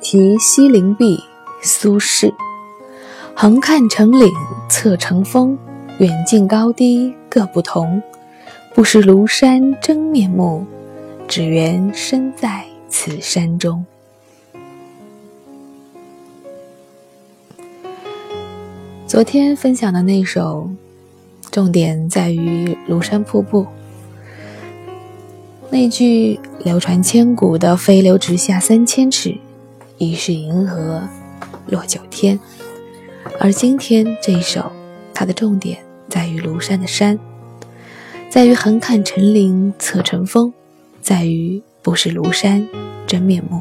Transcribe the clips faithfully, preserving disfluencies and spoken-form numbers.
题西陵壁，苏轼。横看成岭侧成峰，远近高低各不同。不识庐山真面目，只缘身在此山中。昨天分享的那首，重点在于庐山瀑布。那句流传千古的飞流直下三千尺，疑是银河落九天。而今天这一首，它的重点在于庐山的山，在于横看成岭侧成峰，在于不识庐山真面目。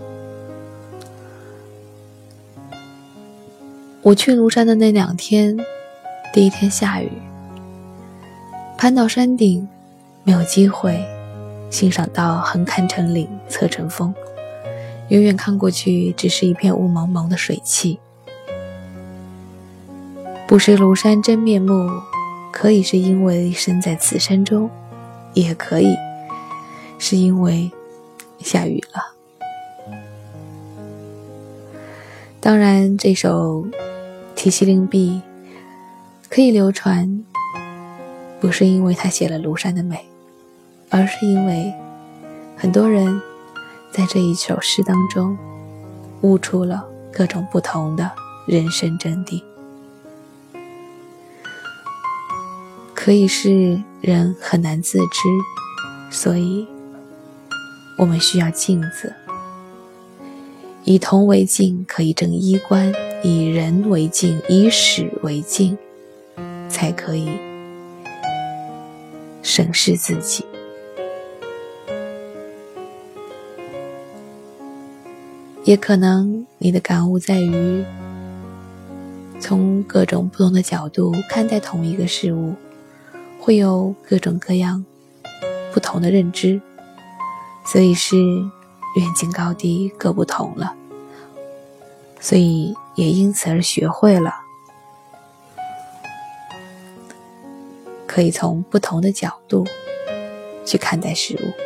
我去庐山的那两天，第一天下雨，攀到山顶没有机会欣赏到横看成岭侧成峰，远远看过去只是一片雾蒙蒙的水汽。不识庐山真面目，可以是因为身在此山中，也可以是因为下雨了。当然这首题西陵壁可以流传，不是因为他写了庐山的美，而是因为很多人在这一首诗当中悟出了各种不同的人生真谛。可以是人很难自知，所以我们需要镜子。以铜为镜可以正衣冠，以人为镜，以史为镜，才可以审视自己。也可能你的感悟在于从各种不同的角度看待同一个事物，会有各种各样不同的认知，所以是远近高低各不同了，所以也因此而学会了可以从不同的角度去看待事物。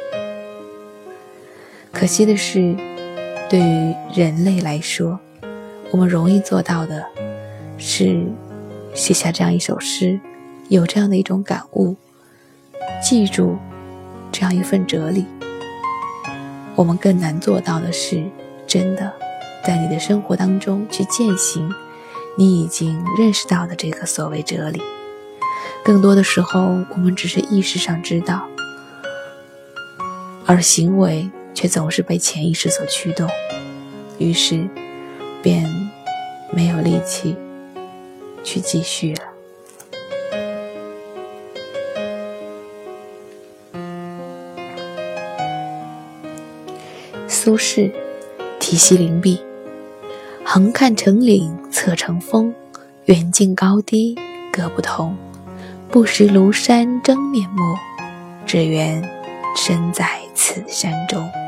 可惜的是，对于人类来说，我们容易做到的是写下这样一首诗，有这样的一种感悟，记住这样一份哲理。我们更难做到的是真的在你的生活当中去践行你已经认识到的这个所谓哲理。更多的时候我们只是意识上知道，而行为却总是被潜意识所驱动，于是便没有力气去继续了。苏轼题西陵壁，横看成岭侧成峰，远近高低各不同。不识庐山真面目，只缘身在此山中。